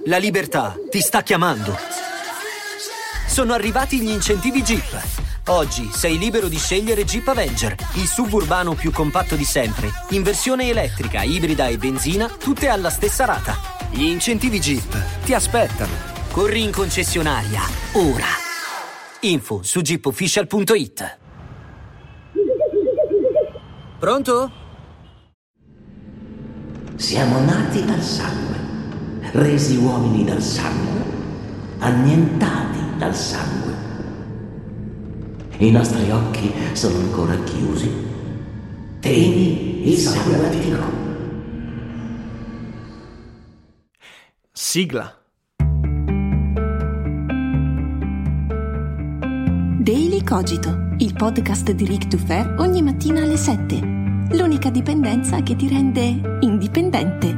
La libertà ti sta chiamando. Sono arrivati gli incentivi Jeep. Oggi sei libero di scegliere Jeep Avenger, il suburbano più compatto di sempre, in versione elettrica, ibrida e benzina, tutte alla stessa rata. Gli incentivi Jeep ti aspettano. Corri in concessionaria, ora. Info su jeepofficial.it. Pronto? Siamo nati dal sangue, resi uomini dal sangue, annientati dal sangue. I nostri occhi sono ancora chiusi. Temi il sangue latino. Sigla. Daily Cogito, il podcast di Ric Dufer ogni mattina alle 7. L'unica dipendenza che ti rende indipendente.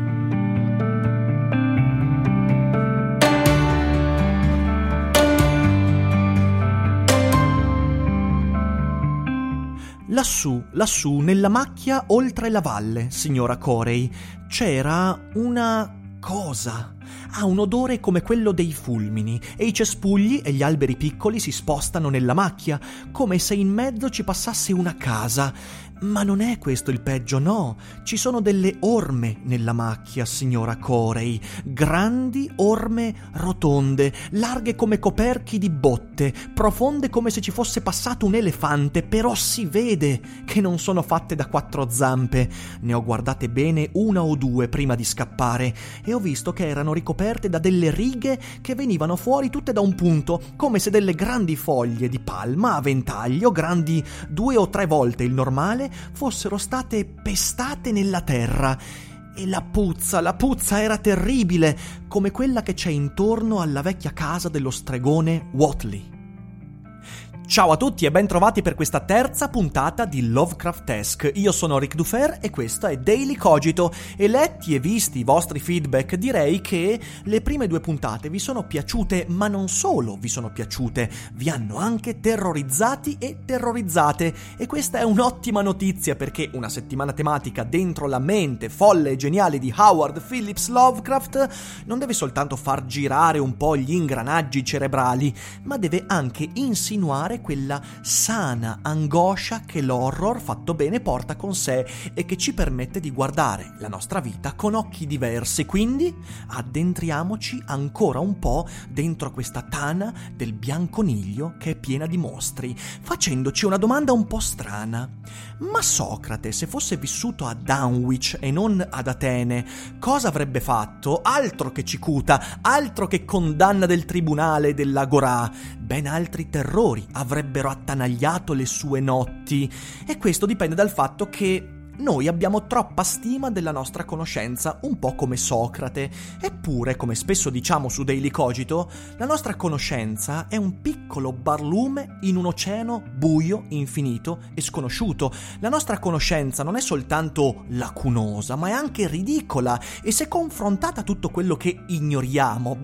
Lassù, nella macchia oltre la valle, signora Corey, c'era una cosa. Ha un odore come quello dei fulmini e i cespugli e gli alberi piccoli si spostano nella macchia, come se in mezzo ci passasse una casa. Ma non è questo il peggio, no. Ci sono delle orme nella macchia, signora Corey. Grandi orme rotonde, larghe come coperchi di botte, profonde come se ci fosse passato un elefante, però si vede che non sono fatte da 4 zampe. Ne ho guardate bene una o due prima di scappare e ho visto che erano ricoperte da delle righe che venivano fuori tutte da un punto, come se delle grandi foglie di palma a ventaglio, grandi 2 o 3 volte il normale, fossero state pestate nella terra. E la puzza era terribile, come quella che c'è intorno alla vecchia casa dello stregone Whatley. Ciao a tutti e ben trovati per questa terza puntata di Lovecraftesque. Io sono Ric Dufer e questo è Daily Cogito e letti e visti i vostri feedback direi che le prime 2 puntate vi sono piaciute, ma non solo vi sono piaciute, vi hanno anche terrorizzati e terrorizzate e questa è un'ottima notizia perché una settimana tematica dentro la mente folle e geniale di Howard Phillips Lovecraft non deve soltanto far girare un po' gli ingranaggi cerebrali, ma deve anche insinuare quella sana angoscia che l'horror fatto bene porta con sé e che ci permette di guardare la nostra vita con occhi diversi. Quindi addentriamoci ancora un po' dentro questa tana del bianconiglio che è piena di mostri, facendoci una domanda un po' strana. Ma Socrate, se fosse vissuto a Dunwich e non ad Atene, cosa avrebbe fatto? Altro che cicuta, altro che condanna del tribunale dell'agorà. Ben altri terrori avrebbero attanagliato le sue notti. E questo dipende dal fatto che noi abbiamo troppa stima della nostra conoscenza, un po' come Socrate. Eppure, come spesso diciamo su Daily Cogito, la nostra conoscenza è un piccolo barlume in un oceano buio, infinito e sconosciuto. La nostra conoscenza non è soltanto lacunosa, ma è anche ridicola e se confrontata a tutto quello che ignoriamo,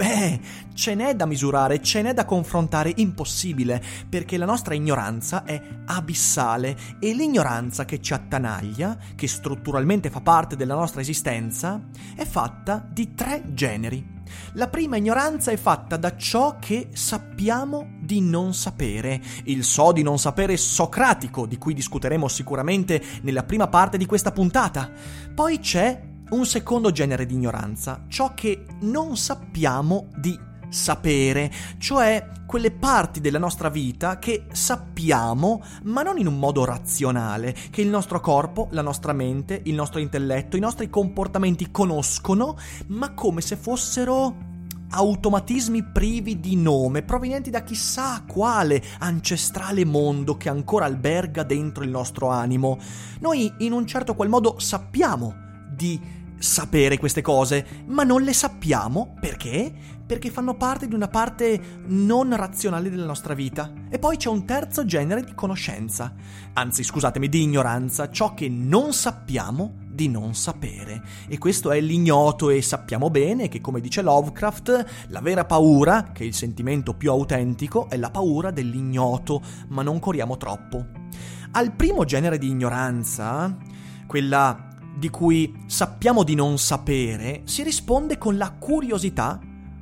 ce n'è da misurare, ce n'è da confrontare, impossibile, perché la nostra ignoranza è abissale e l'ignoranza che ci attanaglia, che strutturalmente fa parte della nostra esistenza, è fatta di 3 generi. La prima ignoranza è fatta da ciò che sappiamo di non sapere, il so di non sapere socratico, di cui discuteremo sicuramente nella prima parte di questa puntata. Poi c'è un secondo genere di ignoranza, ciò che non sappiamo di sapere, cioè quelle parti della nostra vita che sappiamo, ma non in un modo razionale, che il nostro corpo, la nostra mente, il nostro intelletto, i nostri comportamenti conoscono, ma come se fossero automatismi privi di nome, provenienti da chissà quale ancestrale mondo che ancora alberga dentro il nostro animo. Noi in un certo qual modo sappiamo di sapere queste cose, ma non le sappiamo perché? Perché fanno parte di una parte non razionale della nostra vita. E poi c'è un terzo genere di conoscenza, anzi scusatemi, di ignoranza, ciò che non sappiamo di non sapere. E questo è l'ignoto e sappiamo bene che, come dice Lovecraft, la vera paura, che è il sentimento più autentico, è la paura dell'ignoto, ma non corriamo troppo. Al primo genere di ignoranza, quella di cui sappiamo di non sapere, si risponde con la curiosità,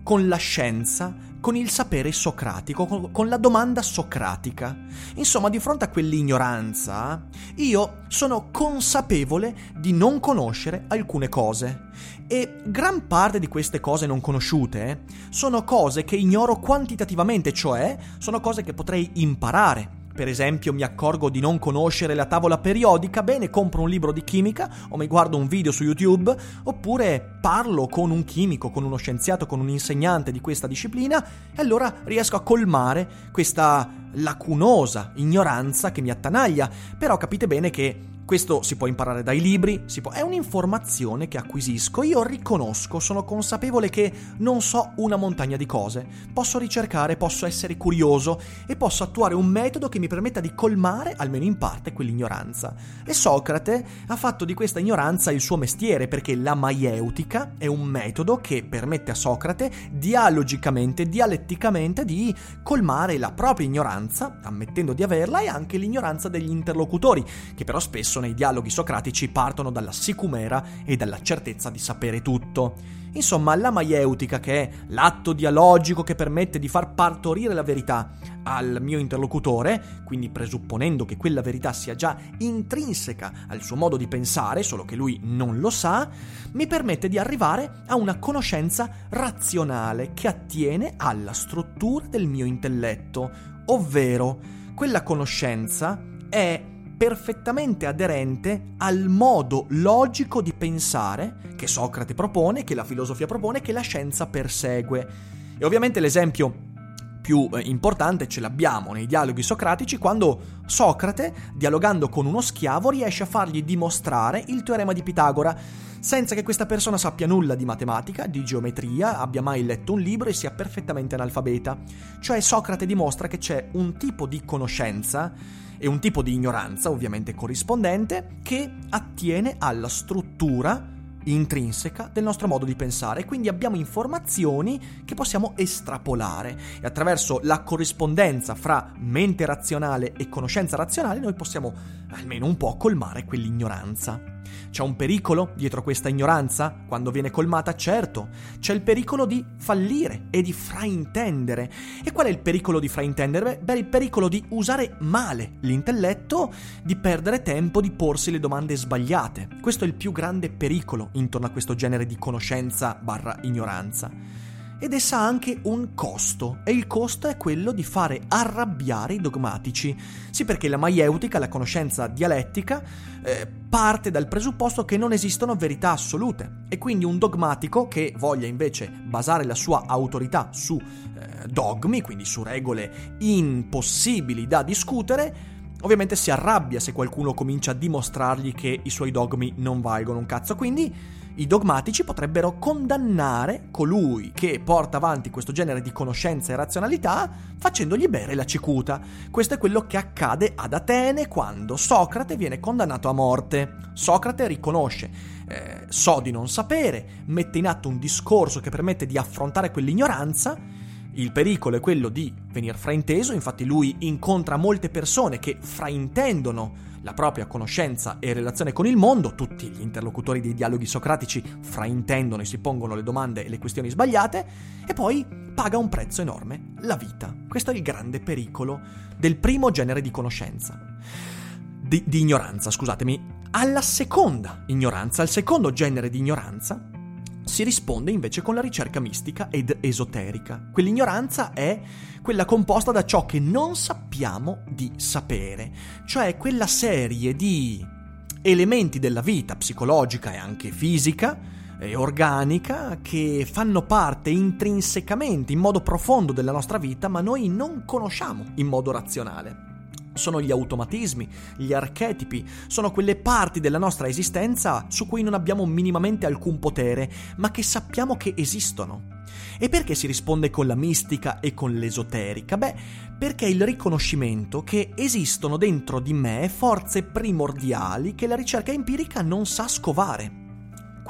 con la scienza, con il sapere socratico, con la domanda socratica. Insomma, di fronte a quell'ignoranza, io sono consapevole di non conoscere alcune cose. E gran parte di queste cose non conosciute sono cose che ignoro quantitativamente, cioè sono cose che potrei imparare. Per esempio, mi accorgo di non conoscere la tavola periodica, bene, compro un libro di chimica o mi guardo un video su YouTube, oppure parlo con un chimico, con uno scienziato, con un insegnante di questa disciplina e allora riesco a colmare questa lacunosa ignoranza che mi attanaglia. Però capite bene che questo si può imparare dai libri, è un'informazione che acquisisco, io riconosco, sono consapevole che non so una montagna di cose, posso ricercare, posso essere curioso e posso attuare un metodo che mi permetta di colmare, almeno in parte, quell'ignoranza. E Socrate ha fatto di questa ignoranza il suo mestiere, perché la maieutica è un metodo che permette a Socrate dialogicamente, dialetticamente di colmare la propria ignoranza, ammettendo di averla, e anche l'ignoranza degli interlocutori, che però spesso nei dialoghi socratici partono dalla sicumera e dalla certezza di sapere tutto. Insomma, la maieutica, che è l'atto dialogico che permette di far partorire la verità al mio interlocutore, quindi presupponendo che quella verità sia già intrinseca al suo modo di pensare, solo che lui non lo sa, mi permette di arrivare a una conoscenza razionale che attiene alla struttura del mio intelletto, ovvero quella conoscenza è perfettamente aderente al modo logico di pensare che Socrate propone, che la filosofia propone, che la scienza persegue. E ovviamente l'esempio più importante ce l'abbiamo nei dialoghi socratici, quando Socrate, dialogando con uno schiavo, riesce a fargli dimostrare il teorema di Pitagora, senza che questa persona sappia nulla di matematica, di geometria, abbia mai letto un libro e sia perfettamente analfabeta. Cioè Socrate dimostra che c'è un tipo di conoscenza e un tipo di ignoranza, ovviamente corrispondente, che attiene alla struttura intrinseca del nostro modo di pensare. Quindi abbiamo informazioni che possiamo estrapolare e attraverso la corrispondenza fra mente razionale e conoscenza razionale noi possiamo almeno un po' colmare quell'ignoranza. C'è un pericolo dietro questa ignoranza quando viene colmata? Certo, c'è il pericolo di fallire e di fraintendere. E qual è il pericolo di fraintendere? Beh, il pericolo di usare male l'intelletto, di perdere tempo, di porsi le domande sbagliate. Questo è il più grande pericolo intorno a questo genere di conoscenza / ignoranza. Ed essa ha anche un costo, e il costo è quello di fare arrabbiare i dogmatici. Sì, perché la maieutica, la conoscenza dialettica, parte dal presupposto che non esistono verità assolute, e quindi un dogmatico che voglia invece basare la sua autorità su dogmi, quindi su regole impossibili da discutere, ovviamente si arrabbia se qualcuno comincia a dimostrargli che i suoi dogmi non valgono un cazzo. Quindi i dogmatici potrebbero condannare colui che porta avanti questo genere di conoscenza e razionalità facendogli bere la cicuta. Questo è quello che accade ad Atene quando Socrate viene condannato a morte. Socrate riconosce, so di non sapere, mette in atto un discorso che permette di affrontare quell'ignoranza. Il pericolo è quello di venir frainteso, infatti lui incontra molte persone che fraintendono la propria conoscenza e relazione con il mondo, tutti gli interlocutori dei dialoghi socratici fraintendono e si pongono le domande e le questioni sbagliate, e poi paga un prezzo enorme, la vita. Questo è il grande pericolo del primo genere di conoscenza, di ignoranza, scusatemi. Alla seconda ignoranza, al secondo genere di ignoranza, si risponde invece con la ricerca mistica ed esoterica. Quell'ignoranza è quella composta da ciò che non sappiamo di sapere, cioè quella serie di elementi della vita psicologica e anche fisica e organica che fanno parte intrinsecamente, in modo profondo della nostra vita, ma noi non conosciamo in modo razionale. Sono gli automatismi, gli archetipi, sono quelle parti della nostra esistenza su cui non abbiamo minimamente alcun potere, ma che sappiamo che esistono. E perché si risponde con la mistica e con l'esoterica? Beh, perché è il riconoscimento che esistono dentro di me forze primordiali che la ricerca empirica non sa scovare.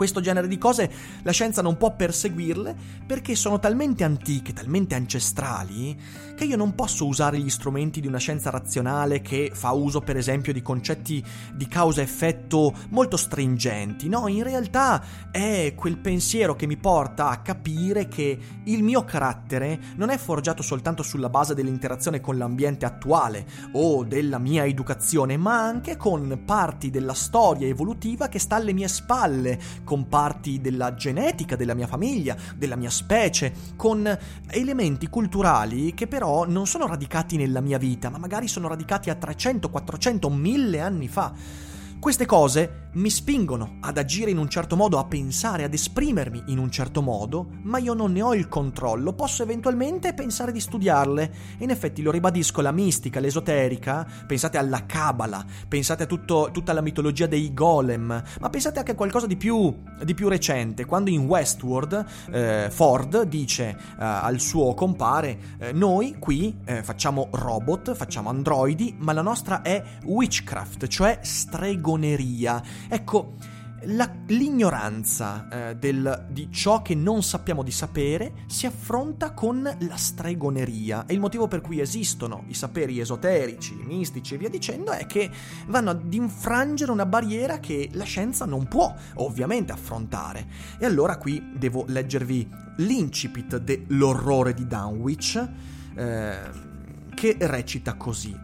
Questo genere di cose la scienza non può perseguirle perché sono talmente antiche, talmente ancestrali, che io non posso usare gli strumenti di una scienza razionale che fa uso per esempio di concetti di causa-effetto molto stringenti. No, in realtà è quel pensiero che mi porta a capire che il mio carattere non è forgiato soltanto sulla base dell'interazione con l'ambiente attuale o della mia educazione, ma anche con parti della storia evolutiva che sta alle mie spalle, con parti della genetica della mia famiglia, della mia specie, con elementi culturali che però non sono radicati nella mia vita, ma magari sono radicati a 300, 400, 1000 anni fa. Queste cose mi spingono ad agire in un certo modo, a pensare, ad esprimermi in un certo modo, ma io non ne ho il controllo, posso eventualmente pensare di studiarle. In effetti, lo ribadisco, la mistica, l'esoterica, pensate alla Kabbalah, pensate a tutta la mitologia dei golem, ma pensate anche a qualcosa di più recente, quando in Westworld Ford dice al suo compare noi qui facciamo robot, facciamo androidi, ma la nostra è witchcraft, cioè stregoneria. Ecco, l'ignoranza di ciò che non sappiamo di sapere si affronta con la stregoneria, e il motivo per cui esistono i saperi esoterici, mistici e via dicendo è che vanno ad infrangere una barriera che la scienza non può ovviamente affrontare. E allora qui devo leggervi l'incipit dell'orrore di Dunwich, che recita così: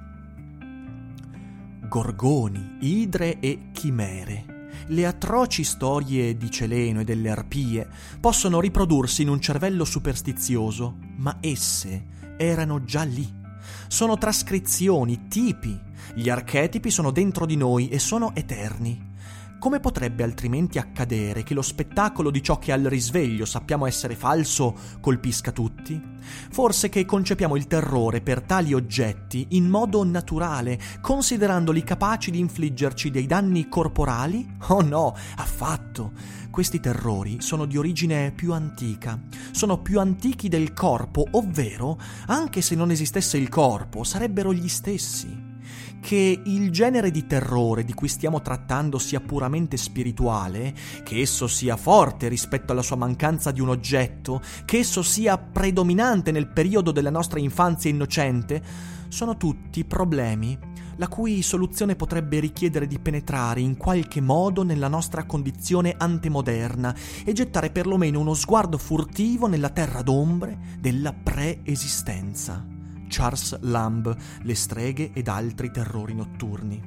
gorgoni, idre e chimere. Le atroci storie di Celeno e delle arpie possono riprodursi in un cervello superstizioso, ma esse erano già lì. Sono trascrizioni, tipi. Gli archetipi sono dentro di noi e sono eterni. Come potrebbe altrimenti accadere che lo spettacolo di ciò che al risveglio sappiamo essere falso colpisca tutti? Forse che concepiamo il terrore per tali oggetti in modo naturale, considerandoli capaci di infliggerci dei danni corporali? Oh no, affatto! Questi terrori sono di origine più antica, sono più antichi del corpo, ovvero, anche se non esistesse il corpo, sarebbero gli stessi. Che il genere di terrore di cui stiamo trattando sia puramente spirituale, che esso sia forte rispetto alla sua mancanza di un oggetto, che esso sia predominante nel periodo della nostra infanzia innocente, sono tutti problemi la cui soluzione potrebbe richiedere di penetrare in qualche modo nella nostra condizione antemoderna e gettare perlomeno uno sguardo furtivo nella terra d'ombre della preesistenza. Charles Lamb, Le streghe ed altri terrori notturni.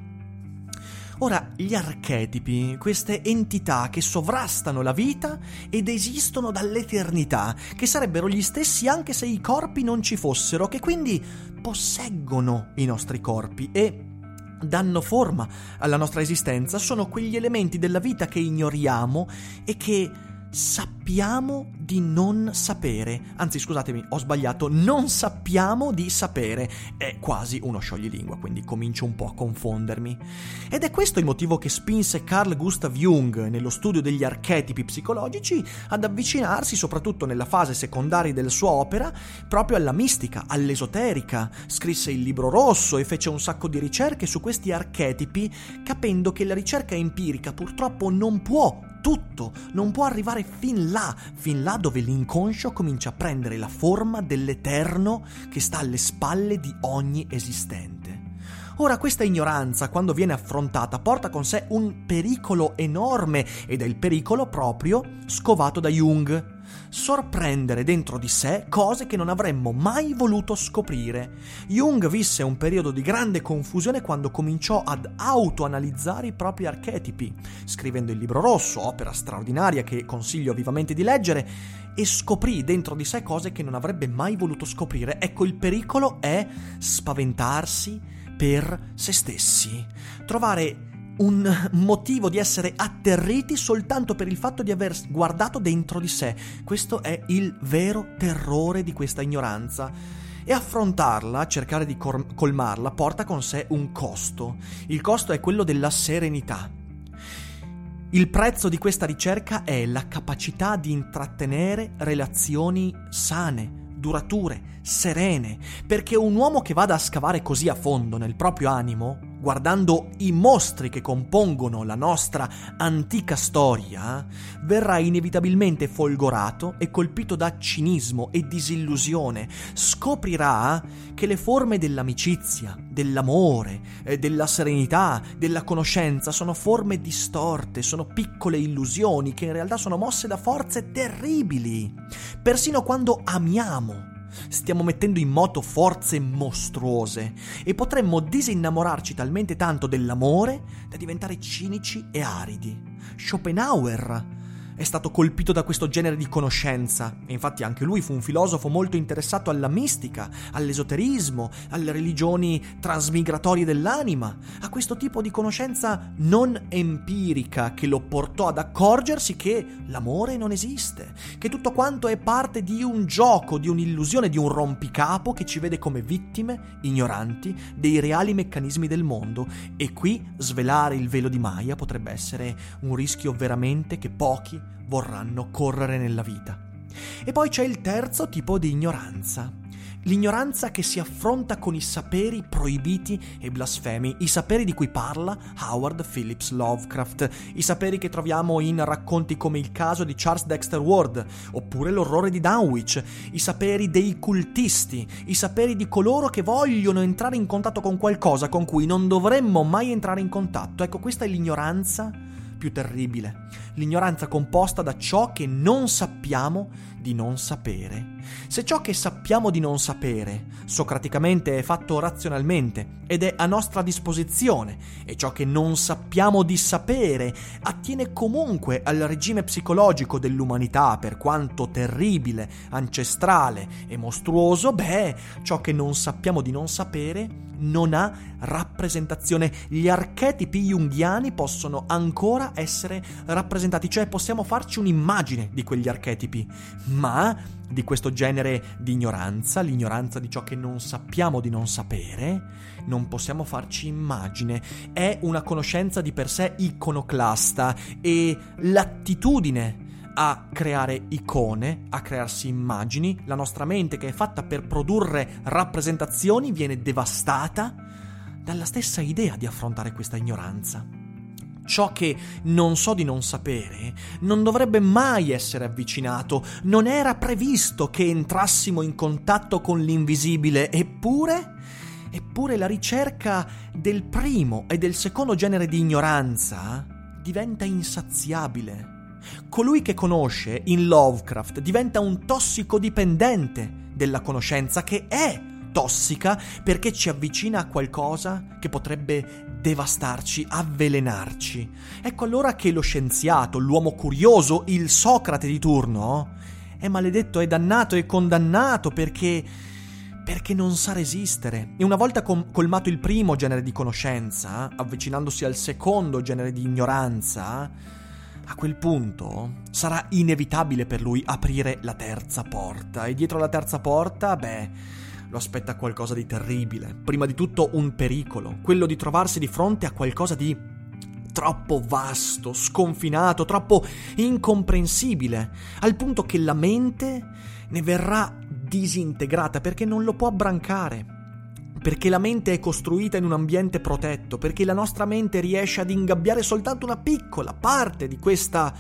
Ora, gli archetipi, queste entità che sovrastano la vita ed esistono dall'eternità, che sarebbero gli stessi anche se i corpi non ci fossero, che quindi posseggono i nostri corpi e danno forma alla nostra esistenza, sono quegli elementi della vita che ignoriamo e che sappiamo di non sapere. Anzi, scusatemi, ho sbagliato, non sappiamo di sapere. È quasi uno scioglilingua, quindi comincio un po' a confondermi. Ed è questo il motivo che spinse Carl Gustav Jung, nello studio degli archetipi psicologici, ad avvicinarsi, soprattutto nella fase secondaria della sua opera, proprio alla mistica, all'esoterica. Scrisse il Libro Rosso e fece un sacco di ricerche su questi archetipi, capendo che la ricerca empirica purtroppo non può arrivare fin là dove l'inconscio comincia a prendere la forma dell'eterno che sta alle spalle di ogni esistente. Ora, questa ignoranza, quando viene affrontata, porta con sé un pericolo enorme, ed è il pericolo proprio scovato da Jung: sorprendere dentro di sé cose che non avremmo mai voluto scoprire. Jung visse un periodo di grande confusione quando cominciò ad autoanalizzare i propri archetipi, scrivendo il Libro Rosso, opera straordinaria che consiglio vivamente di leggere, e scoprì dentro di sé cose che non avrebbe mai voluto scoprire. Ecco, il pericolo è spaventarsi per se stessi, trovare un motivo di essere atterriti soltanto per il fatto di aver guardato dentro di sé. Questo è il vero terrore di questa ignoranza. E affrontarla, cercare di colmarla, porta con sé un costo. Il costo è quello della serenità. Il prezzo di questa ricerca è la capacità di intrattenere relazioni sane, durature, serene, perché un uomo che vada a scavare così a fondo nel proprio animo guardando i mostri che compongono la nostra antica storia, verrà inevitabilmente folgorato e colpito da cinismo e disillusione. Scoprirà che le forme dell'amicizia, dell'amore, della serenità, della conoscenza sono forme distorte, sono piccole illusioni che in realtà sono mosse da forze terribili. Persino quando amiamo, stiamo mettendo in moto forze mostruose e potremmo disinnamorarci talmente tanto dell'amore da diventare cinici e aridi. Schopenhauer è stato colpito da questo genere di conoscenza e infatti anche lui fu un filosofo molto interessato alla mistica, all'esoterismo, alle religioni trasmigratorie dell'anima, a questo tipo di conoscenza non empirica che lo portò ad accorgersi che l'amore non esiste, che tutto quanto è parte di un gioco, di un'illusione, di un rompicapo che ci vede come vittime ignoranti dei reali meccanismi del mondo. E qui svelare il velo di Maya potrebbe essere un rischio veramente che pochi vorranno correre nella vita. E poi c'è il terzo tipo di ignoranza. L'ignoranza che si affronta con i saperi proibiti e blasfemi, i saperi di cui parla Howard Phillips Lovecraft, i saperi che troviamo in racconti come Il caso di Charles Dexter Ward, oppure L'orrore di Dunwich, i saperi dei cultisti, i saperi di coloro che vogliono entrare in contatto con qualcosa con cui non dovremmo mai entrare in contatto. Ecco, questa è l'ignoranza più terribile, l'ignoranza composta da ciò che non sappiamo di non sapere. Se ciò che sappiamo di non sapere, socraticamente, è fatto razionalmente ed è a nostra disposizione, e ciò che non sappiamo di sapere attiene comunque al regime psicologico dell'umanità, per quanto terribile, ancestrale e mostruoso, ciò che non sappiamo di non sapere non ha rappresentazione. Gli archetipi junghiani possono ancora essere rappresentati, cioè possiamo farci un'immagine di quegli archetipi, ma di questo genere di ignoranza, l'ignoranza di ciò che non sappiamo di non sapere, non possiamo farci immagine. È una conoscenza di per sé iconoclasta e l'attitudine a creare icone, a crearsi immagini, la nostra mente, che è fatta per produrre rappresentazioni, viene devastata dalla stessa idea di affrontare questa ignoranza. Ciò che non so di non sapere non dovrebbe mai essere avvicinato, non era previsto che entrassimo in contatto con l'invisibile, eppure la ricerca del primo e del secondo genere di ignoranza diventa insaziabile. Colui che conosce in Lovecraft diventa un tossicodipendente della conoscenza, che è tossica perché ci avvicina a qualcosa che potrebbe devastarci, avvelenarci. Ecco allora che lo scienziato, l'uomo curioso, il Socrate di turno è maledetto, è dannato, è condannato perché non sa resistere. E una volta colmato il primo genere di conoscenza, avvicinandosi al secondo genere di ignoranza, a quel punto sarà inevitabile per lui aprire la terza porta, e dietro la terza porta, lo aspetta qualcosa di terribile. Prima di tutto un pericolo, quello di trovarsi di fronte a qualcosa di troppo vasto, sconfinato, troppo incomprensibile, al punto che la mente ne verrà disintegrata perché non lo può abbrancare. Perché la mente è costruita in un ambiente protetto, perché la nostra mente riesce ad ingabbiare soltanto una piccola parte di questa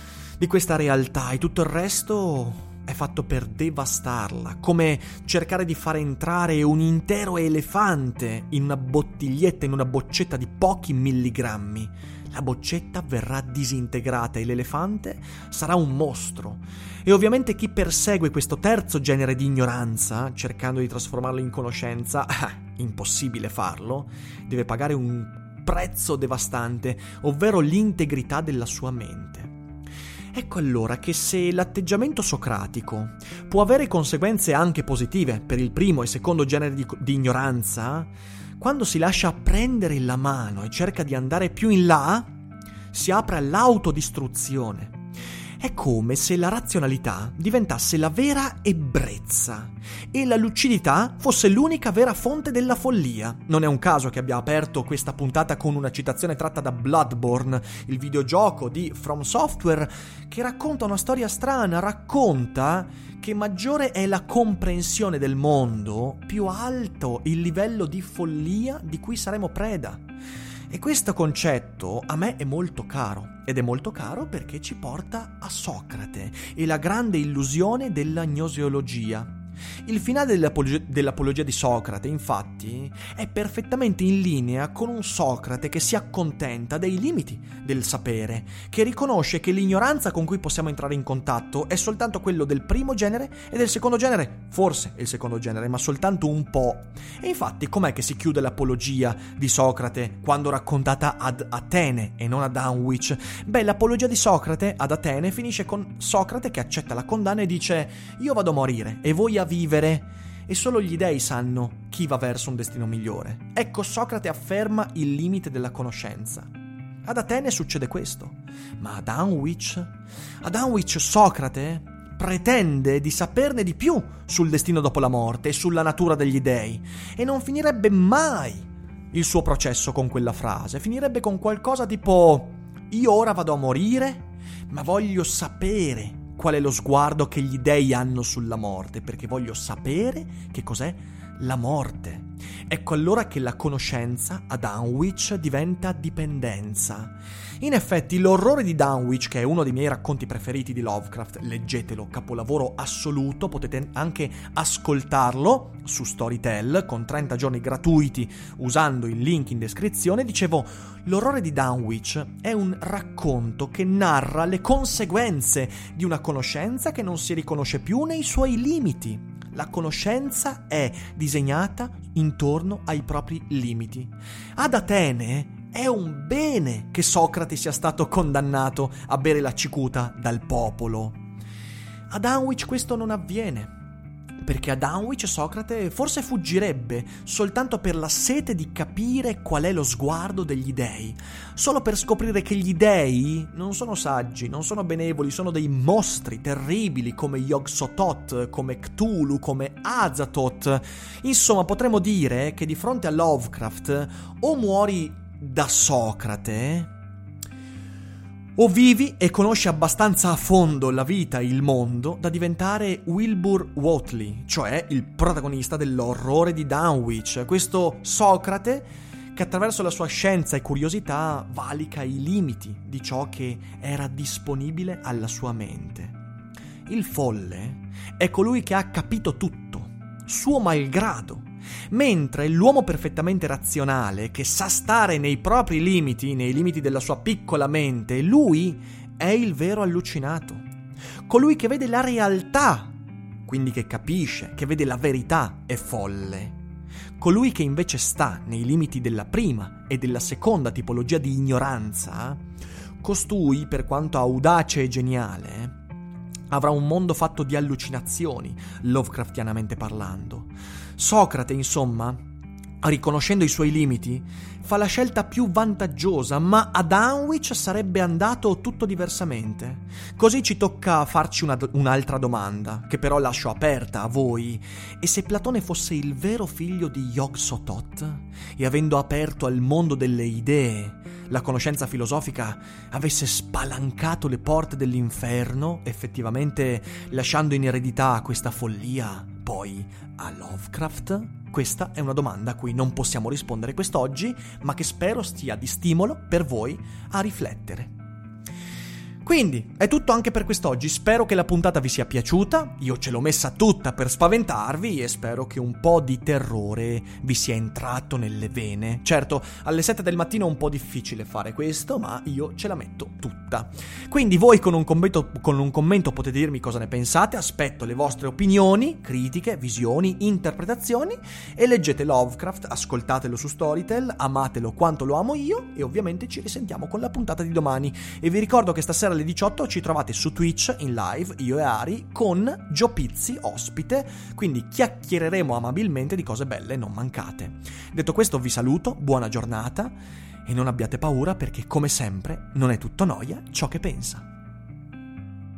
realtà, e tutto il resto è fatto per devastarla, come cercare di fare entrare un intero elefante in una bottiglietta, in una boccetta di pochi milligrammi. La boccetta verrà disintegrata e l'elefante sarà un mostro. E ovviamente chi persegue questo terzo genere di ignoranza, cercando di trasformarlo in conoscenza, impossibile farlo, deve pagare un prezzo devastante, ovvero l'integrità della sua mente. Ecco allora che se l'atteggiamento socratico può avere conseguenze anche positive per il primo e secondo genere di ignoranza, quando si lascia prendere la mano e cerca di andare più in là, si apre all'autodistruzione. È come se la razionalità diventasse la vera ebbrezza e la lucidità fosse l'unica vera fonte della follia. Non è un caso che abbia aperto questa puntata con una citazione tratta da Bloodborne, il videogioco di From Software, che racconta una storia strana, racconta che maggiore è la comprensione del mondo, più alto il livello di follia di cui saremo preda. E questo concetto a me è molto caro, ed è molto caro perché ci porta a Socrate e la grande illusione della gnoseologia. Il finale dell'Apologia di Socrate, infatti, è perfettamente in linea con un Socrate che si accontenta dei limiti del sapere, che riconosce che l'ignoranza con cui possiamo entrare in contatto è soltanto quello del primo genere e del secondo genere, forse il secondo genere, ma soltanto un po'. E infatti com'è che si chiude l'Apologia di Socrate quando raccontata ad Atene e non a Dunwich? Beh, l'Apologia di Socrate ad Atene finisce con Socrate che accetta la condanna e dice: io vado a morire e voi a vivere, e solo gli dei sanno chi va verso un destino migliore. Ecco, Socrate afferma il limite della conoscenza. Ad Atene succede questo, ma a Dunwich Socrate pretende di saperne di più sul destino dopo la morte e sulla natura degli dei, e non finirebbe mai il suo processo con quella frase, finirebbe con qualcosa tipo: io ora vado a morire, ma voglio sapere qual è lo sguardo che gli dei hanno sulla morte, perché voglio sapere che cos'è la morte. Ecco allora che la conoscenza a Dunwich diventa dipendenza. In effetti l'orrore di Dunwich, che è uno dei miei racconti preferiti di Lovecraft, leggetelo, capolavoro assoluto, potete anche ascoltarlo su Storytel con 30 giorni gratuiti usando il link in descrizione. Dicevo, l'orrore di Dunwich è un racconto che narra le conseguenze di una conoscenza che non si riconosce più nei suoi limiti. La conoscenza è disegnata intorno ai propri limiti. Ad Atene è un bene che Socrate sia stato condannato a bere la cicuta dal popolo. A Dunwich questo non avviene, perché a Dunwich Socrate forse fuggirebbe soltanto per la sete di capire qual è lo sguardo degli dei, solo per scoprire che gli dei non sono saggi, non sono benevoli, sono dei mostri terribili come Yog-Sothoth, come Cthulhu, come Azathoth. Insomma, potremmo dire che di fronte a Lovecraft o muori da Socrate o vivi e conosci abbastanza a fondo la vita e il mondo da diventare Wilbur Whateley, cioè il protagonista dell'orrore di Dunwich, questo Socrate che attraverso la sua scienza e curiosità valica i limiti di ciò che era disponibile alla sua mente. Il folle è colui che ha capito tutto, suo malgrado, mentre l'uomo perfettamente razionale, che sa stare nei propri limiti, nei limiti della sua piccola mente, lui è il vero allucinato. Colui che vede la realtà, quindi che capisce, che vede la verità, è folle. Colui che invece sta nei limiti della prima e della seconda tipologia di ignoranza, costui, per quanto audace e geniale, avrà un mondo fatto di allucinazioni, Lovecraftianamente parlando. Socrate, insomma, riconoscendo i suoi limiti, fa la scelta più vantaggiosa, ma a Dunwich sarebbe andato tutto diversamente. Così ci tocca farci un'altra domanda, che però lascio aperta a voi. E se Platone fosse il vero figlio di Yog-Sothoth, e avendo aperto al mondo delle idee, la conoscenza filosofica avesse spalancato le porte dell'inferno, effettivamente lasciando in eredità questa follia poi a Lovecraft? Questa è una domanda a cui non possiamo rispondere quest'oggi, ma che spero stia di stimolo per voi a riflettere. Quindi, è tutto anche per quest'oggi. Spero che la puntata vi sia piaciuta. Io ce l'ho messa tutta per spaventarvi e spero che un po' di terrore vi sia entrato nelle vene. Certo, alle 7 del mattino è un po' difficile fare questo, ma io ce la metto tutta. Quindi voi con un commento potete dirmi cosa ne pensate. Aspetto le vostre opinioni, critiche, visioni, interpretazioni, e leggete Lovecraft, ascoltatelo su Storytel, amatelo quanto lo amo io, e ovviamente ci risentiamo con la puntata di domani. E vi ricordo che stasera alle 18 ci trovate su Twitch in live, io e Ari, con Gio Pizzi ospite, quindi chiacchiereremo amabilmente di cose belle, non mancate. Detto questo vi saluto, buona giornata e non abbiate paura, perché come sempre non è tutto noia ciò che pensa.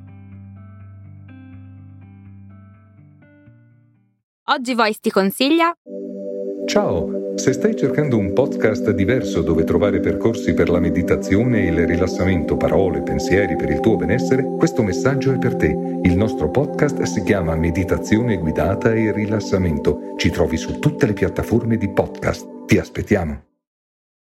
Oggi Voice ti consiglia... Ciao, se stai cercando un podcast diverso dove trovare percorsi per la meditazione e il rilassamento, parole, pensieri per il tuo benessere, questo messaggio è per te. Il nostro podcast si chiama Meditazione guidata e rilassamento. Ci trovi su tutte le piattaforme di podcast. Ti aspettiamo.